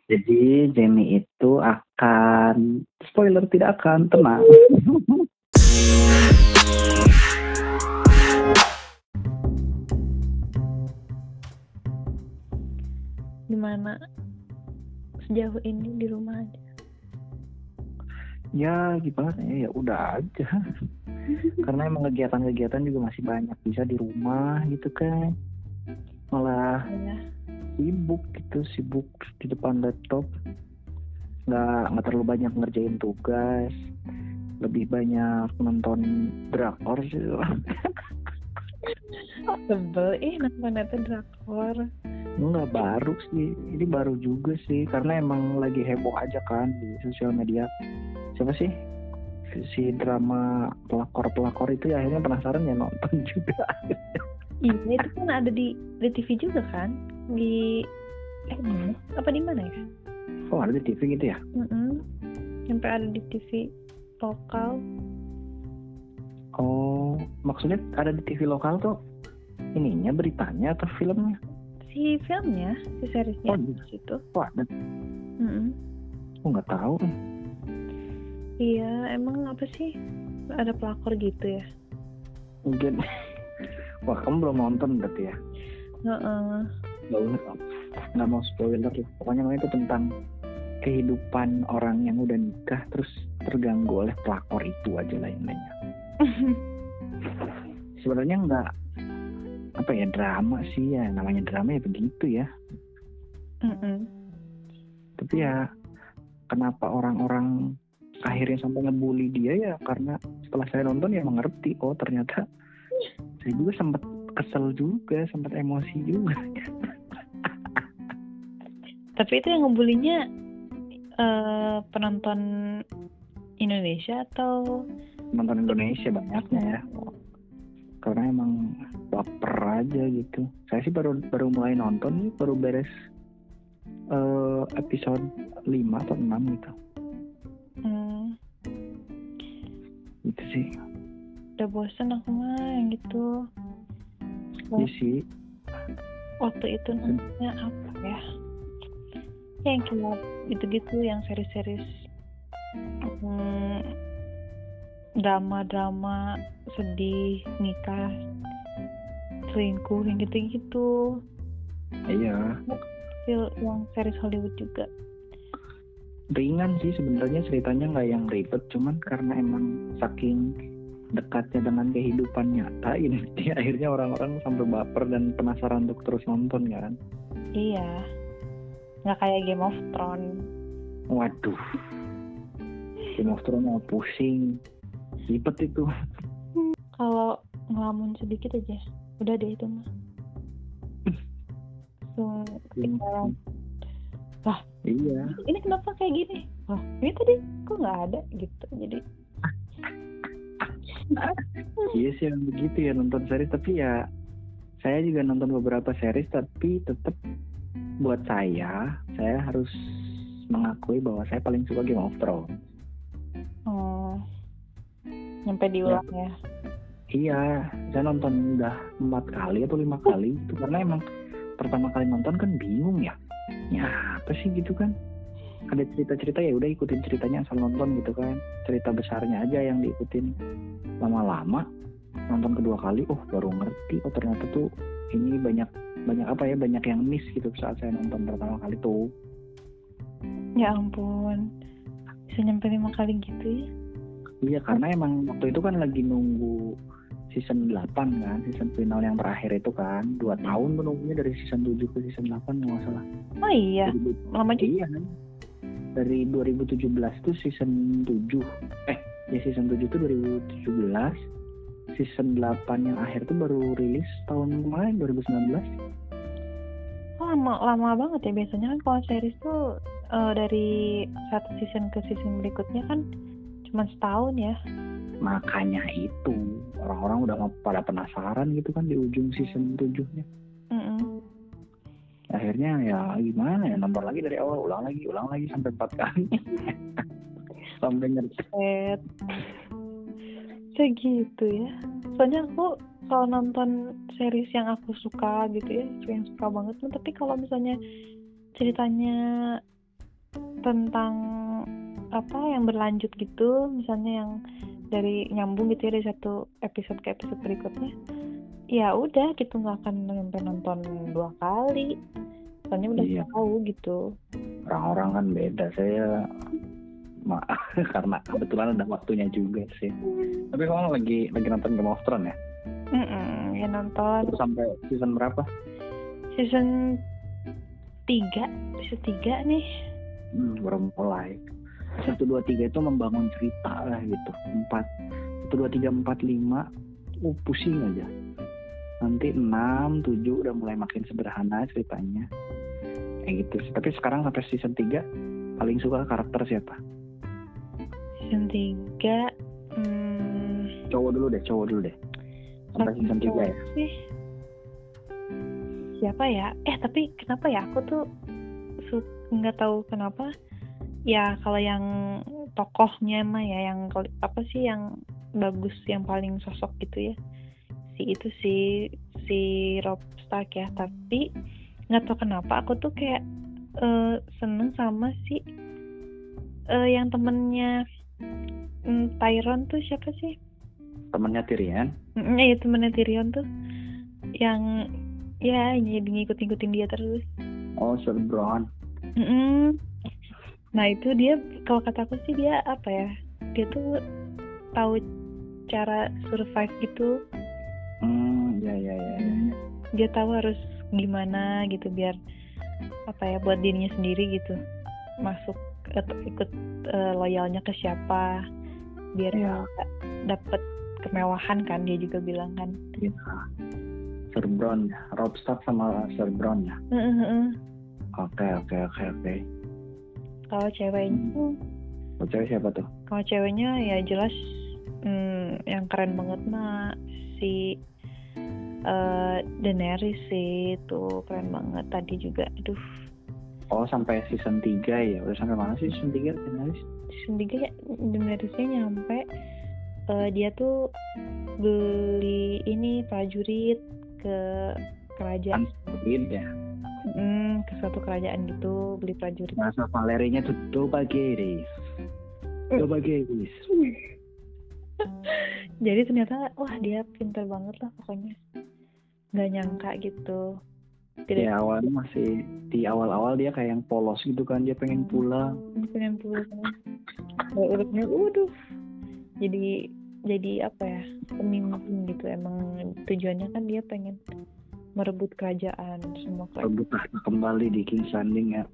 Jadi Jenny itu akan spoiler tidak akan tenang. Gimana sejauh ini di rumah aja? Ya gimana ya udah aja. Karena emang kegiatan-kegiatan juga masih banyak, bisa di rumah gitu kan. Malah Ya. sibuk di depan laptop. Nggak terlalu banyak ngerjain tugas, lebih banyak nonton drakor sih. Sebel nonton drakor. Enggak baru sih, ini baru juga sih, karena emang lagi heboh aja kan di sosial media. Siapa sih si drama pelakor itu ya, akhirnya penasaran ya nonton juga. Iya, itu kan ada di TV juga kan? Di apa di mana ya? Oh, ada di TV gitu ya? Sampai ada di TV lokal. Oh, maksudnya ada di TV lokal tuh ininya, beritanya atau filmnya? Si filmnya, si seriesnya di situ. Oh, ada. Oh, nggak tahu. Iya, emang apa sih? Ada pelakor gitu ya? Mungkin. Wah, kamu belum nonton berarti ya? Nggak mau spoiler. Pokoknya itu tentang kehidupan orang yang udah nikah terus terganggu oleh pelakor itu aja lah intinya. Sebenarnya nggak apa ya, drama sih ya, namanya drama ya begitu ya. Tapi ya kenapa orang-orang akhirnya sampai ngebully dia ya, karena setelah saya nonton ya mengerti, oh ternyata saya juga sempat kesel juga, sempat emosi juga. Tapi itu yang ngebulinya penonton Indonesia atau penonton Indonesia banyaknya ya, karena emang baper aja gitu. Saya sih baru mulai nonton nih, baru beres episode 5 atau 6 gitu. Gitu sih. Udah bosen aku mah yang gitu. Iya sih. Waktu itu namanya apa ya? Yang kayak gitu-gitu, yang seri-seri drama sedih, nikah, selingkuh, yang gitu-gitu. Iya. Yang series Hollywood juga. Ringan sih sebenarnya, ceritanya nggak yang ribet, cuman karena emang saking dekatnya dengan kehidupan nyata ini, akhirnya orang-orang sampai baper dan penasaran untuk terus nonton kan. Iya, nggak kayak Game of Thrones. Waduh, Game of Thrones mau pusing, ribet itu. Kalau ngelamun sedikit aja udah deh itu mah. Wah, iya, ini kenapa kayak gini? Wah, ini tadi kok nggak ada gitu. Jadi iya sih yang begitu ya nonton series. Tapi ya saya juga nonton beberapa series, tapi tetap buat saya harus mengakui bahwa saya paling suka Game of Thrones. Sampai diulang ya? Iya, saya nonton udah 4 kali atau 5 kali itu, karena emang pertama kali nonton kan bingung ya apa sih gitu kan, ada cerita ya udah ikutin ceritanya asal nonton gitu kan, cerita besarnya aja yang diikutin. Lama-lama nonton kedua kali, baru ngerti, ternyata tuh ini banyak apa ya, banyak yang miss gitu saat saya nonton pertama kali tuh. Ya ampun, bisa nyampe 5 kali gitu ya? Iya, karena emang waktu itu kan lagi nunggu season 8 kan, season final yang terakhir itu kan, 2 tahun menunggunya dari season 7 ke season 8 nggak salah. Oh iya, lama juga. Iya kan, dari 2017 tuh season 7, season 7 tuh 2017, season 8 yang akhir tuh baru rilis tahun kemarin 2019. Lama banget ya. Biasanya kan kalau series tuh dari satu season ke season berikutnya kan cuma setahun ya. Makanya itu orang-orang udah pada penasaran gitu kan di ujung season 7-nya. Akhirnya ya gimana ya, nonton lagi dari awal, ulang lagi sampai 4 kali. Sampai ngerti. Segitu ya. Soalnya aku kalau nonton series yang aku suka gitu ya, yang suka banget, tapi kalau misalnya ceritanya tentang apa yang berlanjut gitu, misalnya yang dari nyambung gitu ya dari satu episode ke episode berikutnya, ya udah gitu, nggak akan sampai nonton 2 kali, soalnya udah Iya. tahu gitu. Orang-orang kan beda, saya karena kebetulan ada waktunya juga sih. Tapi kamu lagi nonton Game of Thrones ya? Ya nonton Terus sampai season berapa? season 3 nih. Baru mulai. 1, 2, 3 itu membangun cerita lah gitu. 1, 2, 3, 4, 5 pusing aja. Nanti 6, 7 udah mulai makin sederhana ceritanya. Kayak gitu sih. Tapi sekarang sampai season 3 paling suka karakter siapa? Season 3 Cowok dulu deh. Sampai season 3 ya. sih. Siapa ya? Tapi kenapa ya aku tuh nggak tahu kenapa. Ya kalau yang tokohnya mah ya yang apa sih yang bagus, yang paling sosok gitu ya. Si Robb Stark ya. Tapi nggak tahu kenapa aku tuh kayak seneng sama si yang temennya Tyrion tuh siapa sih? Temennya Tyrion. Ya temennya Tyrion tuh yang ya jadi ngikut-ngikutin dia terus. Oh, Sir Bronn. Nah itu dia, kalau kata aku sih dia apa ya, dia tuh tahu cara survive gitu. Ya. Dia tahu harus gimana gitu biar apa ya, buat dirinya sendiri gitu, masuk atau ikut loyalnya ke siapa biar dapet kemewahan kan, dia juga bilang kan. Ya. Sir Bronn, Robb Stark sama Sir Bronn ya. Oke. Kalau ceweknya, Cewek siapa tuh? kalau ceweknya ya jelas yang keren banget mah si Daenerys sih, itu keren banget tadi juga. Aduh. Oh, sampai season 3 ya. Udah sampai mana sih season 3 Daenerys? Season 3 ya Daenerysnya nyampe dia tuh beli ini prajurit ke kerajaan. Ya. Ke suatu kerajaan gitu, beli prajurit. Bahasa Valerinya tuh Dobageris. Jadi ternyata wah dia pintar banget lah pokoknya, nggak nyangka gitu. Ya awalnya masih di awal-awal dia kayak yang polos gitu kan, dia pengen pulang. Urutnya jadi apa ya, pemimpin gitu. Emang tujuannya kan dia pengen merebut kerajaan, semua kerajaan. Merebut kembali di King's Landing ya.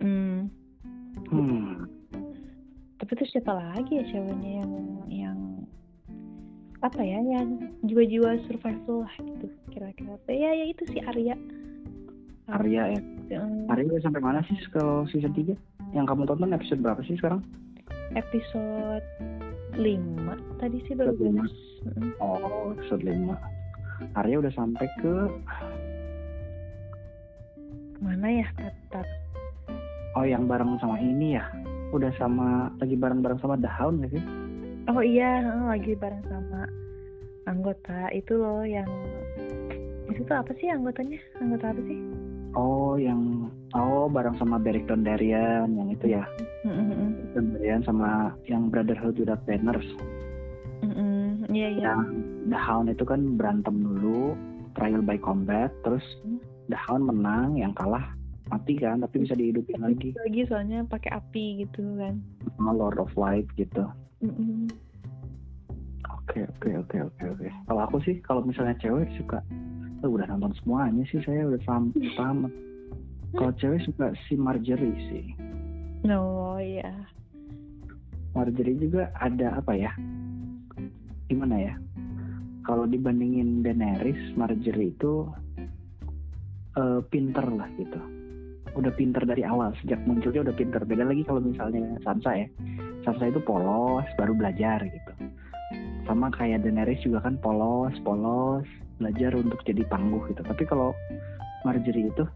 Tapi terus siapa lagi ya ceweknya yang apa ya, yang jiwa-jiwa survival lah gitu kira-kira. Ya itu si Arya ya. Arya udah sampai mana sih kalau season 3? Yang kamu tonton episode berapa sih sekarang? Episode 5 tadi sih baru beres. Oh, episode 5. Arya udah sampai ke mana ya? Oh, yang bareng sama ini ya? Udah lagi bareng-bareng sama The Hound gak sih? Oh iya, lagi bareng sama anggota itu loh, yang itu tuh apa sih anggotanya? Anggota apa sih? Bareng sama Beric Dondarrion yang itu ya. Dondarrion sama yang Brotherhood Without Banners. Iya. Yang The Hound itu kan berantem dulu, trial by combat, terus The Hound menang, yang kalah mati kan, tapi bisa dihidupin lagi soalnya pakai api gitu kan. Lord of Light gitu. Oke. Kalau aku sih, kalau misalnya cewek suka, udah nonton semuanya sih, saya udah paham. Kalau cewek suka si Marjorie sih. Oh iya. Marjorie juga ada apa ya? Gimana ya? Kalau dibandingin Daenerys, Marjorie itu pinter lah gitu. Udah pinter dari awal, sejak munculnya udah pinter. Beda lagi kalau misalnya Sansa ya. Sansa itu polos, baru belajar gitu. Sama kayak Daenerys juga kan polos, belajar untuk jadi tangguh gitu. Tapi kalau Marjorie itu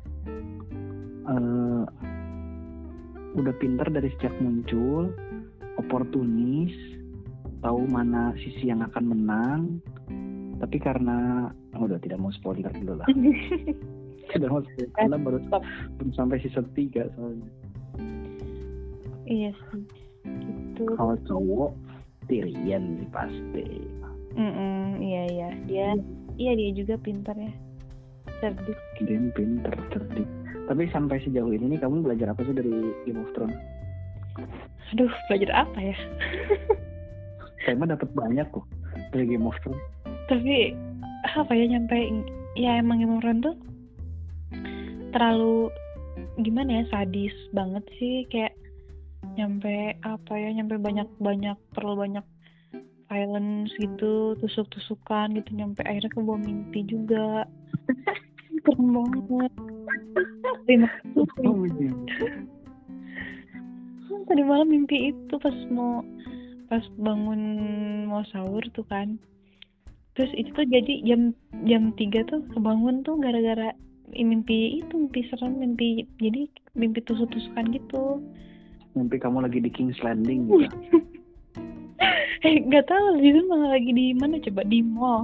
udah pinter dari sejak muncul, oportunis, tahu mana sisi yang akan menang. Tapi karena udah tidak mau spoiler dulu lah. Karena baru sampai season 3 soalnya. Iya sih gitu. Kalau cowok Tyrion sih pasti. Iya dia juga pintar ya, cerdik. Dia pintar, cerdik. Tapi sampai sejauh ini nih kamu belajar apa sih dari Game of Thrones? Aduh, belajar apa ya? Kayaknya dapat banyak kok dari Game of Thrones. Tapi apa ya, nyampe ya emang Game of Thrones tuh terlalu gimana ya, sadis banget sih, kayak nyampe banyak terlalu banyak violence gitu, tusuk-tusukan gitu, nyampe akhirnya ke bawah mimpi juga. Keren banget. Tadi malam mimpi itu pas bangun mau sahur tuh kan. Terus itu tuh jadi jam 3 tuh kebangun tuh gara-gara mimpi serem, jadi mimpi tusuk-tusukan gitu. Mimpi kamu lagi di King's Landing gitu. Nggak tahu itu malah lagi di mana coba, di mall.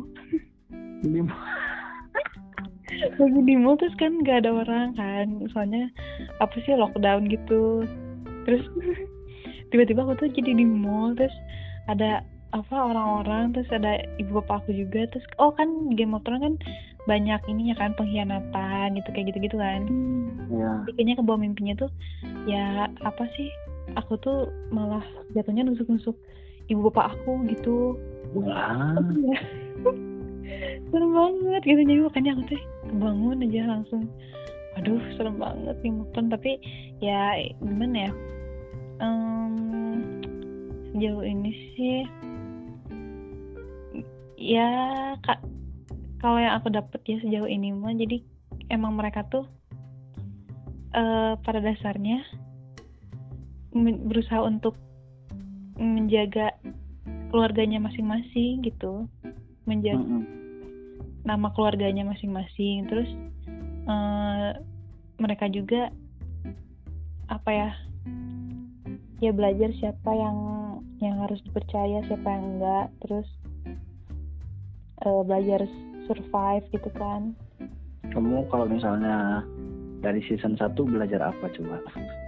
Lagi di mall, terus kan nggak ada orang kan, soalnya apa sih, lockdown gitu. Terus tiba-tiba aku tuh jadi di mall, terus ada orang-orang, terus ada ibu bapak aku juga, terus kan Game of Thrones kan banyak ininya kan, pengkhianatan gitu, kayak gitu kan. Iya. Kayaknya ke bawah mimpinya tuh ya apa sih, aku tuh malah jatuhnya nusuk-nusuk ibu bapak aku gitu. Wah. Serem banget gitu, jadi makanya aku tuh kebangun aja langsung, aduh serem banget nih Mukton. Tapi ya gimana ya, sejauh ini sih ya kalau yang aku dapet ya sejauh ini mah, jadi emang mereka tuh pada dasarnya berusaha untuk menjaga keluarganya masing-masing gitu, menjaga nama keluarganya masing-masing. Terus mereka juga apa ya belajar siapa yang harus dipercaya, siapa yang enggak. Terus belajar survive gitu kan. Kamu kalau misalnya dari season 1 belajar apa coba?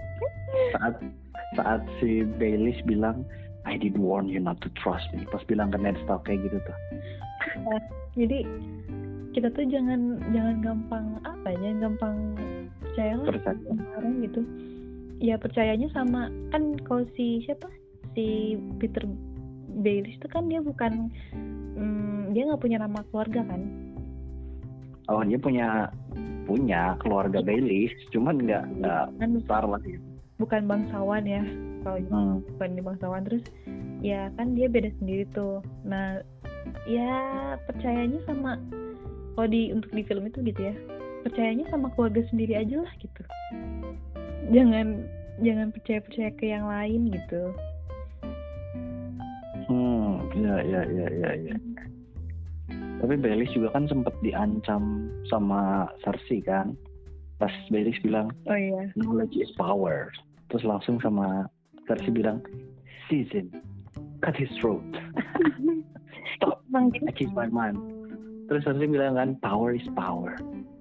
Saat si Baelish bilang I did warn you not to trust me, pas bilang ke Ned Stark kayak gitu tuh. Jadi kita tuh jangan gampang gampang percaya sama orang gitu. Ya percayanya sama kan, kalau si Peter Baelish tuh kan dia bukan dia nggak punya nama keluarga kan. Oh, dia punya keluarga Baelish, cuman nggak besar lah gitu. Bukan bangsawan ya, kalau bukan di bangsawan. Terus ya kan dia beda sendiri tuh. Nah ya percayanya sama, kalau untuk di film itu gitu ya, percayanya sama keluarga sendiri aja lah gitu. Jangan percaya ke yang lain gitu. Ya. Tapi Baelish juga kan sempat diancam sama Cersei kan. Pas Baelish bilang, oh iya, knowledge is power. Terus langsung sama Cersei bilang, Season, cut his throat. Stop, I changed my mind. Terus Cersei bilang kan, power is power.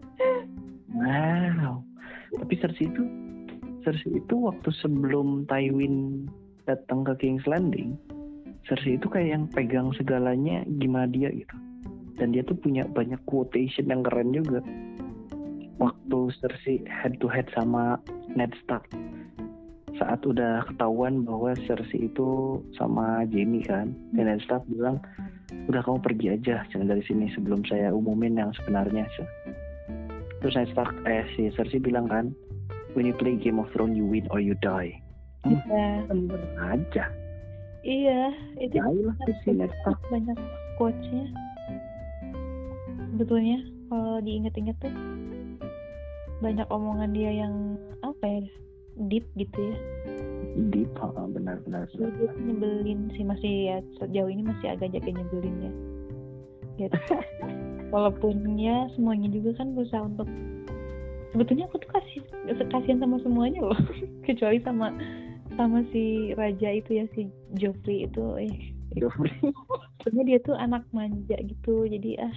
Wow. Tapi Cersei itu waktu sebelum Tywin datang ke King's Landing, Cersei itu kayak yang pegang segalanya gimana dia gitu. Dan dia tuh punya banyak quotation yang keren juga. Waktu Cersei head to head sama Ned Stark, saat udah ketahuan bahwa Cersei itu sama Jaime kan, dan Ned Stark bilang, udah kamu pergi aja jangan dari sini sebelum saya umumin yang sebenarnya. Terus Ned Stark si Cersei bilang kan, when you play Game of Thrones you win or you die. Bener aja. Iya, itu si Ned Stark banyak quotes-nya. Sebetulnya kalau diingat-ingat tuh banyak omongan dia yang deep gitu ya. Deep, benar. Dia nyebelin sih, masih ya sejauh ini masih agak nyebelin ya. Gitu. Walaupun ya semuanya juga kan berusaha untuk, sebetulnya aku tuh kasihan sama semuanya loh. Kecuali sama si raja itu ya, si Joffrey itu. Sebenarnya dia tuh anak manja gitu, jadi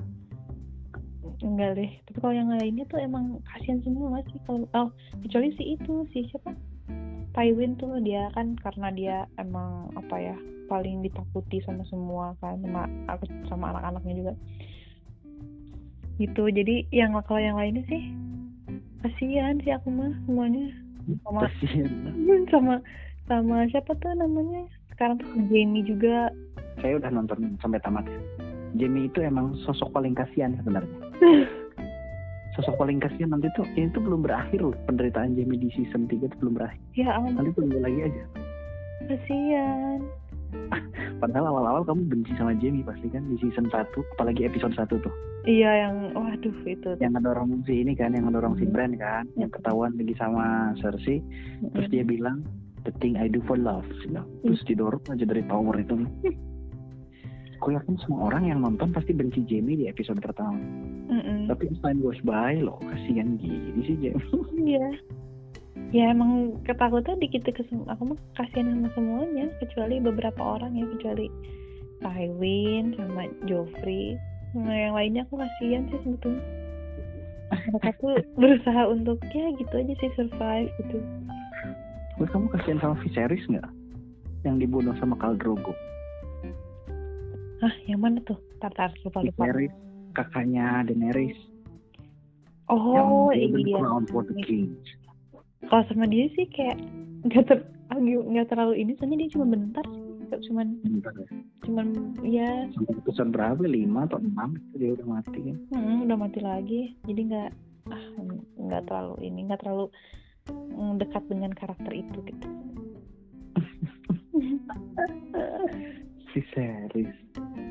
enggak deh. Tapi kalau yang lainnya tuh emang kasihan semua sih. Kalau kecuali si siapa, Tywin tuh dia kan karena dia emang apa ya paling ditakuti sama semua kan sama anak-anaknya juga gitu. Jadi kalau yang lainnya sih kasihan sih aku mah semuanya sama siapa tuh namanya sekarang tuh Jaime juga. Saya udah nonton sampai tamat. Jaime itu emang sosok paling kasihan sebenarnya. Sosok paling kasihan nanti tuh ini tuh belum berakhir loh, penderitaan Jaime di season 3 tuh belum berakhir. Ya ampun. Nanti tunggu lagi aja. Kasihan. Padahal awal-awal kamu benci sama Jaime pasti kan di season 1, apalagi episode 1 tuh. Iya, yang waduh itu. Yang ngedorong si ini kan, yang ngedorong si Bran kan, yang ketahuan lagi sama Cersei. Terus dia bilang, "The thing I do for love," terus didorong aja dari tower itu. Aku yakin semua orang yang nonton pasti benci Jaime di episode pertama. Tapi as time goes by loh, kasihan gini sih Jaime. Iya. Ya emang ketakutan dikit aku mah kasihan sama semuanya kecuali beberapa orang ya, kecuali Tywin sama Joffrey. Nah yang lainnya aku kasihan sih sebetulnya. Mereka tuh berusaha untuk ya gitu aja sih survive gitu. Terus kamu kasihan sama Viserys nggak? Yang dibunuh sama Khal Drogo. Hah, yang mana tuh? Tar lupa. Viserys, kakaknya Daenerys. Oh, iya. Crown for the King. Kalau sama dia sih kayak nggak terlalu ini, soalnya dia cuma bentar sih, cuman ya. Sampai episode berapa? 5 atau 6 itu dia udah mati kan? Udah mati lagi, jadi nggak terlalu dekat dengan karakter itu gitu. Viserys.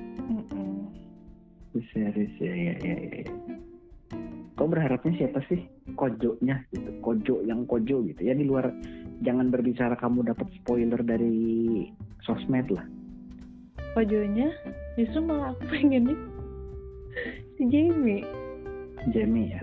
Viserys ya. Kau berharapnya siapa sih kojonya gitu, kojo gitu ya, di luar jangan berbicara kamu dapat spoiler dari sosmed lah. Kojonya justru malah aku pengennya si Jaime ya.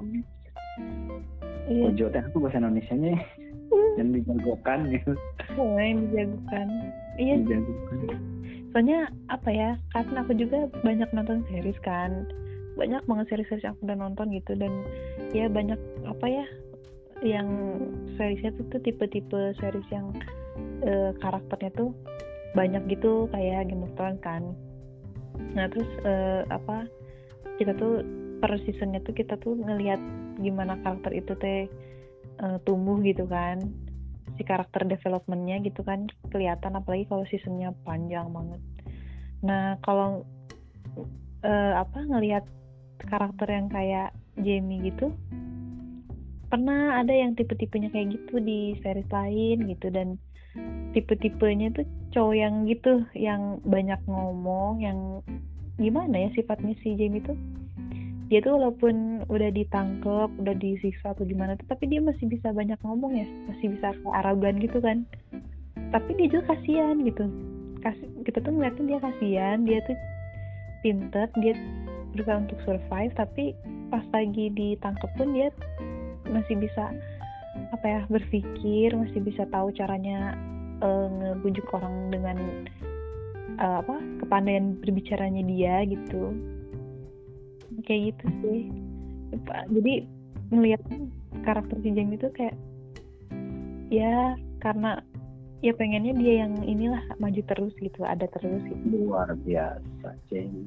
Iya. Kojo teh aku bahasa Indonesianya yang dijagokan gitu. Yang dijagokan. Iya. Soalnya apa ya, karena aku juga banyak nonton series kan. Banyak banget series yang aku udah nonton gitu, dan ya banyak apa ya yang seriesnya tuh tipe-tipe series yang karakternya tuh banyak gitu kayak Game of Thrones kan. Nah terus kita tuh per seasonnya tuh kita tuh ngelihat gimana karakter itu tumbuh gitu kan, si karakter developmentnya gitu kan kelihatan, apalagi kalau seasonnya panjang banget. Nah kalau ngelihat karakter yang kayak Jaime gitu, pernah ada yang tipe-tipenya kayak gitu di series lain gitu, dan tipe-tipenya tuh cowok yang gitu, yang banyak ngomong, yang gimana ya sifatnya si Jaime tuh, dia tuh walaupun udah ditangkep, udah disiksa atau gimana tuh, tapi dia masih bisa banyak ngomong ya, masih bisa kayak arogan gitu kan, tapi dia juga kasihan gitu. Kita tuh ngeliatin dia kasihan, dia tuh pinter, dia berusaha untuk survive, tapi pas lagi ditangkep pun dia masih bisa berpikir, masih bisa tahu caranya ngebujuk orang dengan kepandaian berbicaranya dia gitu, kayak gitu sih. Jadi ngelihat karakter si Jaime itu kayak ya karena ya pengennya dia yang inilah maju terus gitu, ada terus gitu. Luar biasa Jaime.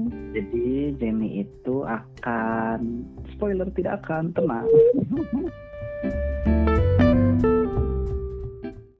Jadi Jaime itu akan, spoiler tidak akan, tenang.